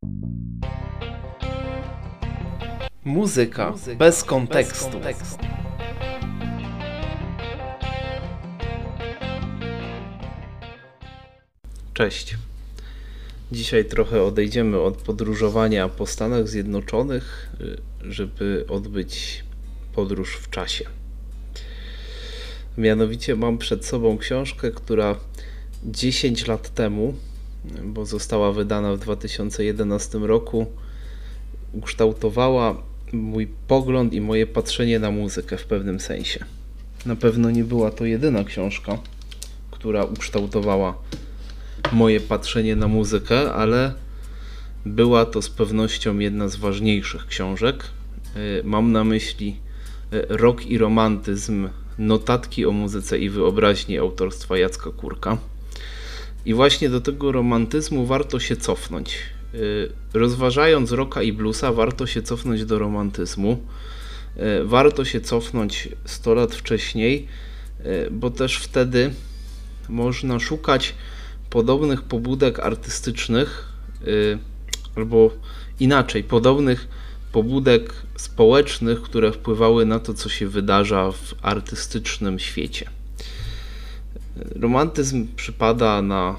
Muzyka bez kontekstu. Cześć. Dzisiaj trochę odejdziemy od podróżowania po Stanach Zjednoczonych, żeby odbyć podróż w czasie. Mianowicie mam przed sobą książkę, która 10 lat temu, bo została wydana w 2011 roku, ukształtowała mój pogląd i moje patrzenie na muzykę w pewnym sensie. Na pewno nie była to jedyna książka, która ukształtowała moje patrzenie na muzykę, ale była to z pewnością jedna z ważniejszych książek. Mam na myśli Rock i romantyzm, notatki o muzyce i wyobraźni autorstwa Jacka Kurka. I właśnie do tego romantyzmu warto się cofnąć. Rozważając rocka i bluesa, warto się cofnąć do romantyzmu. Warto się cofnąć 100 lat wcześniej, bo też wtedy można szukać podobnych pobudek artystycznych, albo inaczej, podobnych pobudek społecznych, które wpływały na to, co się wydarza w artystycznym świecie. Romantyzm przypada na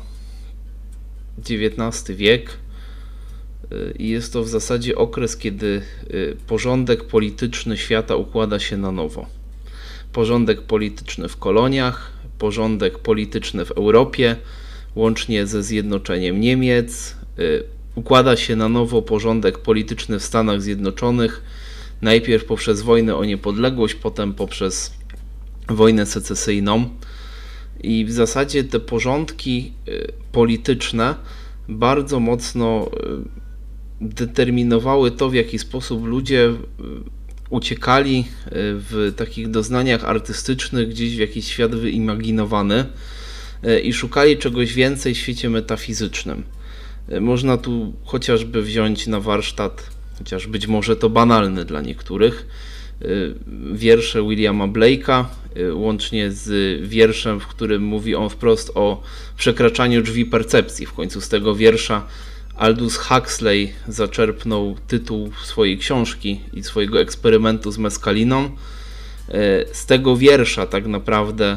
XIX wiek i jest to w zasadzie okres, kiedy porządek polityczny świata układa się na nowo. Porządek polityczny w koloniach, porządek polityczny w Europie, łącznie ze zjednoczeniem Niemiec, układa się na nowo porządek polityczny w Stanach Zjednoczonych, najpierw poprzez wojnę o niepodległość, potem poprzez wojnę secesyjną. I w zasadzie te porządki polityczne bardzo mocno determinowały to, w jaki sposób ludzie uciekali w takich doznaniach artystycznych gdzieś w jakiś świat wyimaginowany i szukali czegoś więcej w świecie metafizycznym. Można tu chociażby wziąć na warsztat, chociaż być może to banalny dla niektórych, wiersze Williama Blake'a, łącznie z wierszem, w którym mówi on wprost o przekraczaniu drzwi percepcji. W końcu z tego wiersza Aldous Huxley zaczerpnął tytuł swojej książki i swojego eksperymentu z meskaliną. Z tego wiersza tak naprawdę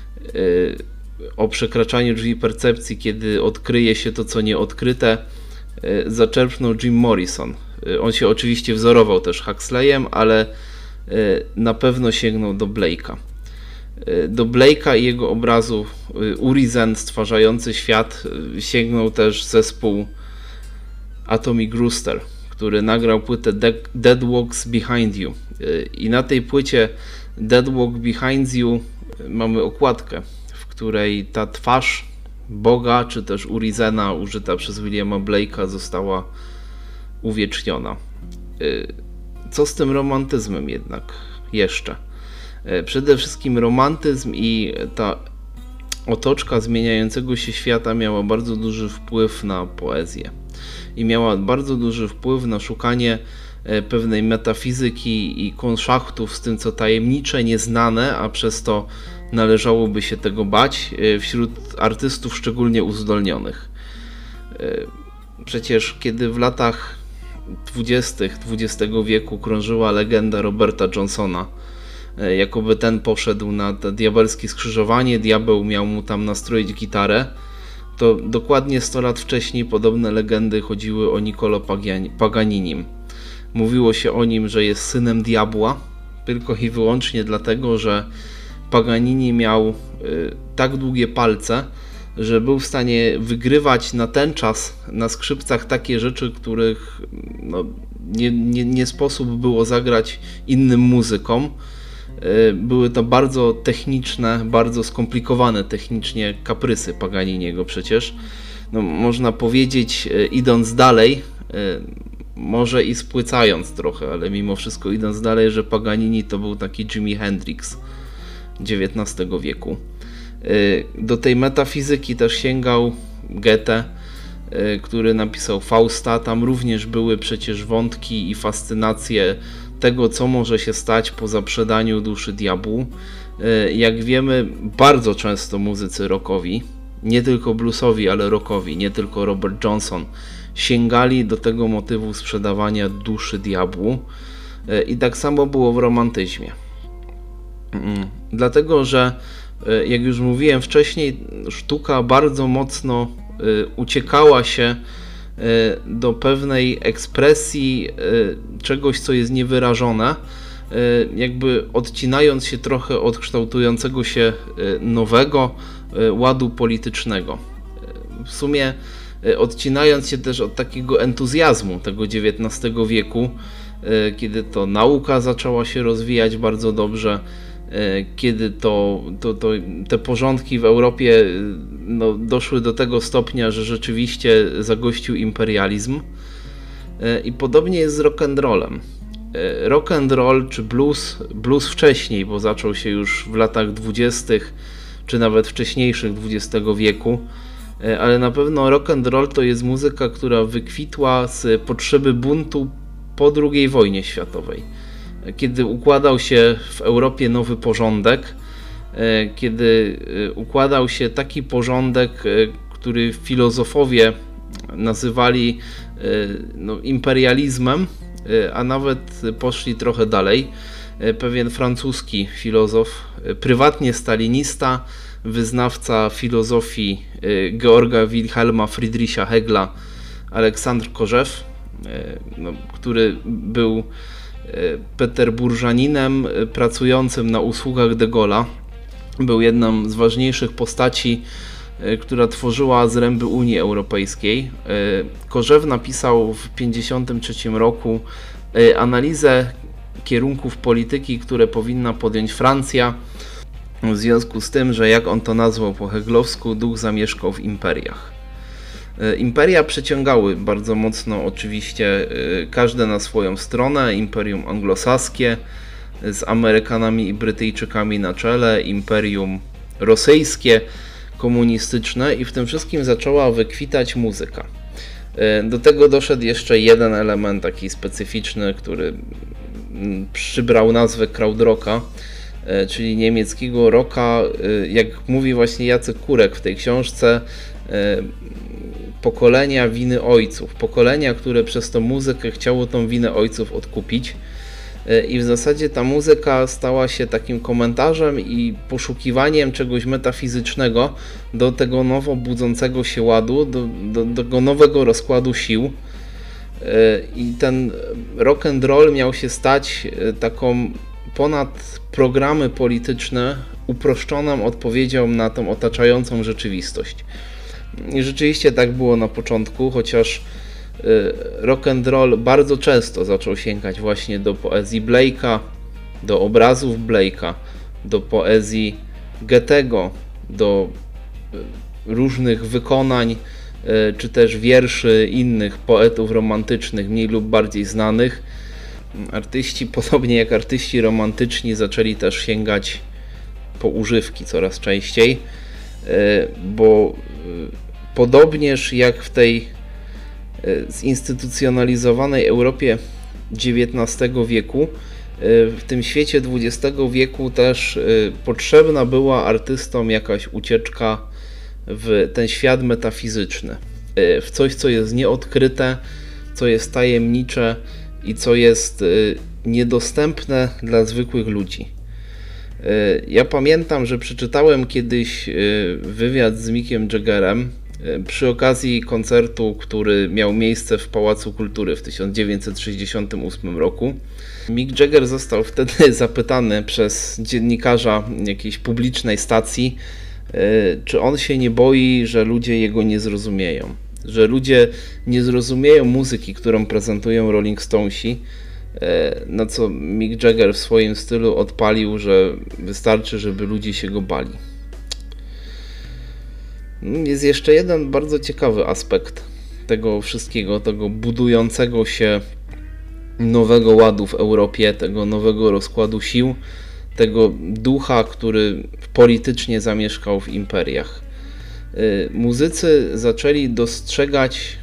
o przekraczaniu drzwi percepcji, kiedy odkryje się to, co nieodkryte, zaczerpnął Jim Morrison. On się oczywiście wzorował też Huxleyem, ale na pewno sięgnął do Blake'a. Do Blake'a i jego obrazu Urizen stwarzający świat sięgnął też zespół Atomic Rooster, który nagrał płytę Dead Walks Behind You. I na tej płycie Dead Walk Behind You mamy okładkę, w której ta twarz Boga, czy też Urizena użyta przez Williama Blake'a została uwieczniona. Co z tym romantyzmem jednak jeszcze? Przede wszystkim romantyzm i ta otoczka zmieniającego się świata miała bardzo duży wpływ na poezję i miała bardzo duży wpływ na szukanie pewnej metafizyki i konszachtów z tym, co tajemnicze, nieznane, a przez to należałoby się tego bać wśród artystów szczególnie uzdolnionych. Przecież kiedy w latach 20. XX wieku krążyła legenda Roberta Johnsona, jakoby ten poszedł na to diabelskie skrzyżowanie, diabeł miał mu tam nastroić gitarę, to dokładnie 100 lat wcześniej podobne legendy chodziły o Niccolo Paganinim. Mówiło się o nim, że jest synem diabła, tylko i wyłącznie dlatego, że Paganini miał tak długie palce, że był w stanie wygrywać na ten czas na skrzypcach takie rzeczy, których nie sposób było zagrać innym muzykom. Były to bardzo techniczne, bardzo skomplikowane technicznie kaprysy Paganiniego przecież. Można powiedzieć, idąc dalej, może i spłycając trochę, ale mimo wszystko idąc dalej, że Paganini to był taki Jimi Hendrix XIX wieku. Do tej metafizyki też sięgał Goethe, który napisał Fausta. Tam również były przecież wątki i fascynacje tego, co może się stać po zaprzedaniu duszy diabłu. Jak wiemy, bardzo często muzycy rockowi, nie tylko bluesowi, ale rockowi, nie tylko Robert Johnson, sięgali do tego motywu sprzedawania duszy diabłu. I tak samo było w romantyzmie. Dlatego, że jak już mówiłem wcześniej, sztuka bardzo mocno uciekała się do pewnej ekspresji czegoś, co jest niewyrażone, jakby odcinając się trochę od kształtującego się nowego ładu politycznego. W sumie odcinając się też od takiego entuzjazmu tego XIX wieku, kiedy to nauka zaczęła się rozwijać bardzo dobrze, kiedy te porządki w Europie doszły do tego stopnia, że rzeczywiście zagościł imperializm. I podobnie jest z rock'n'rollem. Rock and roll czy blues wcześniej, bo zaczął się już w latach 20. czy nawet wcześniejszych XX wieku, ale na pewno rock and roll to jest muzyka, która wykwitła z potrzeby buntu po II wojnie światowej, kiedy układał się w Europie nowy porządek, kiedy układał się taki porządek, który filozofowie nazywali imperializmem, a nawet poszli trochę dalej. Pewien francuski filozof, prywatnie stalinista, wyznawca filozofii Georga Wilhelma Friedricha Hegla, Aleksandr Korzew, który był peterburżaninem pracującym na usługach de Gaulle'a, był jedną z ważniejszych postaci, która tworzyła zręby Unii Europejskiej. Korzew napisał w 1953 roku analizę kierunków polityki, które powinna podjąć Francja, w związku z tym, że jak on to nazwał po heglowsku, duch zamieszkał w imperiach. Imperia przeciągały bardzo mocno oczywiście każde na swoją stronę. Imperium anglosaskie z Amerykanami i Brytyjczykami na czele, imperium rosyjskie, komunistyczne, i w tym wszystkim zaczęła wykwitać muzyka. Do tego doszedł jeszcze jeden element taki specyficzny, który przybrał nazwę krautrocka, czyli niemieckiego rocka, jak mówi właśnie Jacek Kurek w tej książce, pokolenia winy ojców, pokolenia, które przez tą muzykę chciało tą winę ojców odkupić. I w zasadzie ta muzyka stała się takim komentarzem i poszukiwaniem czegoś metafizycznego do tego nowo budzącego się ładu, do tego nowego rozkładu sił. I ten rock and roll miał się stać taką ponad programy polityczne uproszczoną odpowiedzią na tą otaczającą rzeczywistość. I rzeczywiście tak było na początku, chociaż rock and roll bardzo często zaczął sięgać właśnie do poezji Blake'a, do obrazów Blake'a, do poezji Goethego, do różnych wykonań czy też wierszy innych poetów romantycznych, mniej lub bardziej znanych. Artyści, podobnie jak artyści romantyczni, zaczęli też sięgać po używki coraz częściej, bo podobnież jak w tej zinstytucjonalizowanej Europie XIX wieku, w tym świecie XX wieku też potrzebna była artystom jakaś ucieczka w ten świat metafizyczny, w coś, co jest nieodkryte, co jest tajemnicze i co jest niedostępne dla zwykłych ludzi. Ja pamiętam, że przeczytałem kiedyś wywiad z Mickiem Jaggerem przy okazji koncertu, który miał miejsce w Pałacu Kultury w 1968 roku. Mick Jagger został wtedy zapytany przez dziennikarza jakiejś publicznej stacji, czy on się nie boi, że ludzie jego nie zrozumieją. Że ludzie nie zrozumieją muzyki, którą prezentują Rolling Stonesi, na co Mick Jagger w swoim stylu odpalił, że wystarczy, żeby ludzie się go bali. Jest jeszcze jeden bardzo ciekawy aspekt tego wszystkiego, tego budującego się nowego ładu w Europie, tego nowego rozkładu sił, tego ducha, który politycznie zamieszkał w imperiach. Muzycy zaczęli dostrzegać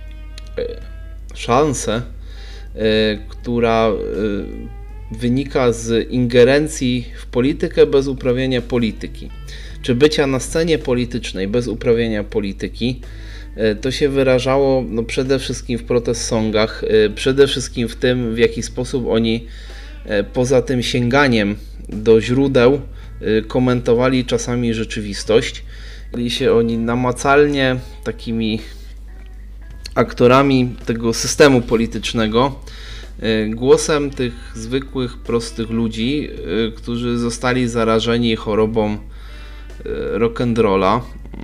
szansę, która wynika z ingerencji w politykę bez uprawiania polityki. czy bycia na scenie politycznej bez uprawiania polityki. To się wyrażało przede wszystkim w protest songach, przede wszystkim w tym, w jaki sposób oni poza tym sięganiem do źródeł komentowali czasami rzeczywistość. Byli się oni namacalnie takimi aktorami tego systemu politycznego, głosem tych zwykłych, prostych ludzi, którzy zostali zarażeni chorobą rock'n'rolla.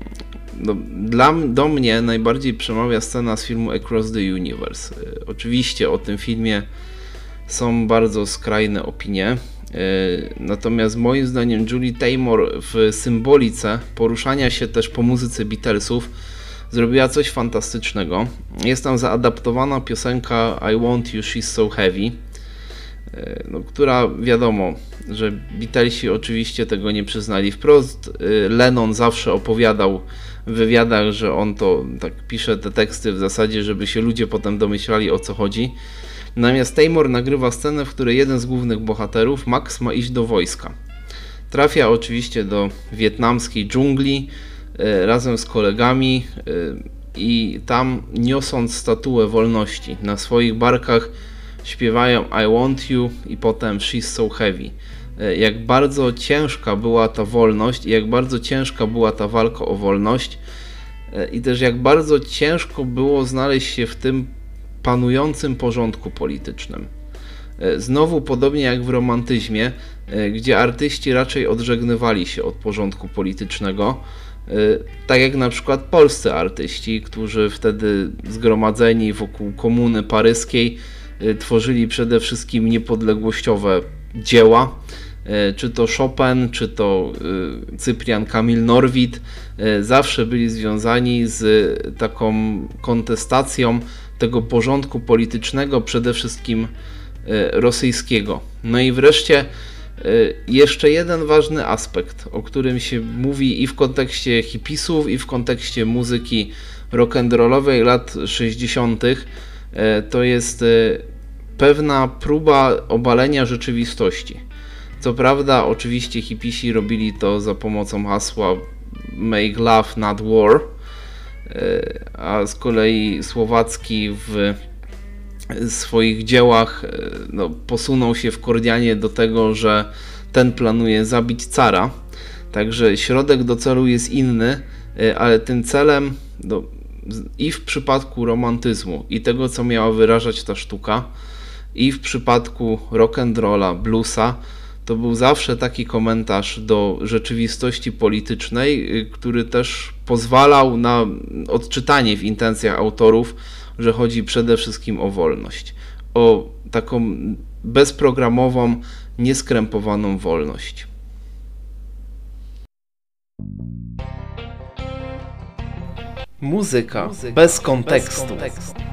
Do mnie najbardziej przemawia scena z filmu Across the Universe. Oczywiście o tym filmie są bardzo skrajne opinie, natomiast moim zdaniem Julie Taymor w symbolice poruszania się też po muzyce Beatlesów zrobiła coś fantastycznego. Jest tam zaadaptowana piosenka I Want You, She's So Heavy, która wiadomo, że Beatlesi oczywiście tego nie przyznali wprost. Lennon zawsze opowiadał w wywiadach, że on to tak pisze te teksty w zasadzie, żeby się ludzie potem domyślali, o co chodzi. Natomiast Taymor nagrywa scenę, w której jeden z głównych bohaterów, Max, ma iść do wojska. Trafia oczywiście do wietnamskiej dżungli razem z kolegami i tam, niosąc statuę wolności na swoich barkach, śpiewają I Want You i potem She's So Heavy. Jak bardzo ciężka była ta wolność i jak bardzo ciężka była ta walka o wolność i też jak bardzo ciężko było znaleźć się w tym panującym porządku politycznym. Znowu podobnie jak w romantyzmie, gdzie artyści raczej odżegnywali się od porządku politycznego, tak jak na przykład polscy artyści, którzy wtedy zgromadzeni wokół Komuny Paryskiej tworzyli przede wszystkim niepodległościowe dzieła, czy to Chopin, czy to Cyprian Kamil Norwid, zawsze byli związani z taką kontestacją tego porządku politycznego, przede wszystkim rosyjskiego. No i wreszcie jeszcze jeden ważny aspekt, o którym się mówi i w kontekście hipisów, i w kontekście muzyki rock'n'rollowej lat 60., to jest pewna próba obalenia rzeczywistości. Co prawda, oczywiście hipisi robili to za pomocą hasła Make Love Not War, a z kolei Słowacki w swoich dziełach posunął się w Kordianie do tego, że ten planuje zabić cara. Także środek do celu jest inny, ale tym celem i w przypadku romantyzmu i tego, co miała wyrażać ta sztuka, i w przypadku rock'n'rolla, bluesa, to był zawsze taki komentarz do rzeczywistości politycznej, który też pozwalał na odczytanie w intencjach autorów, że chodzi przede wszystkim o wolność, o taką bezprogramową, nieskrępowaną wolność. Muzyka bez kontekstu.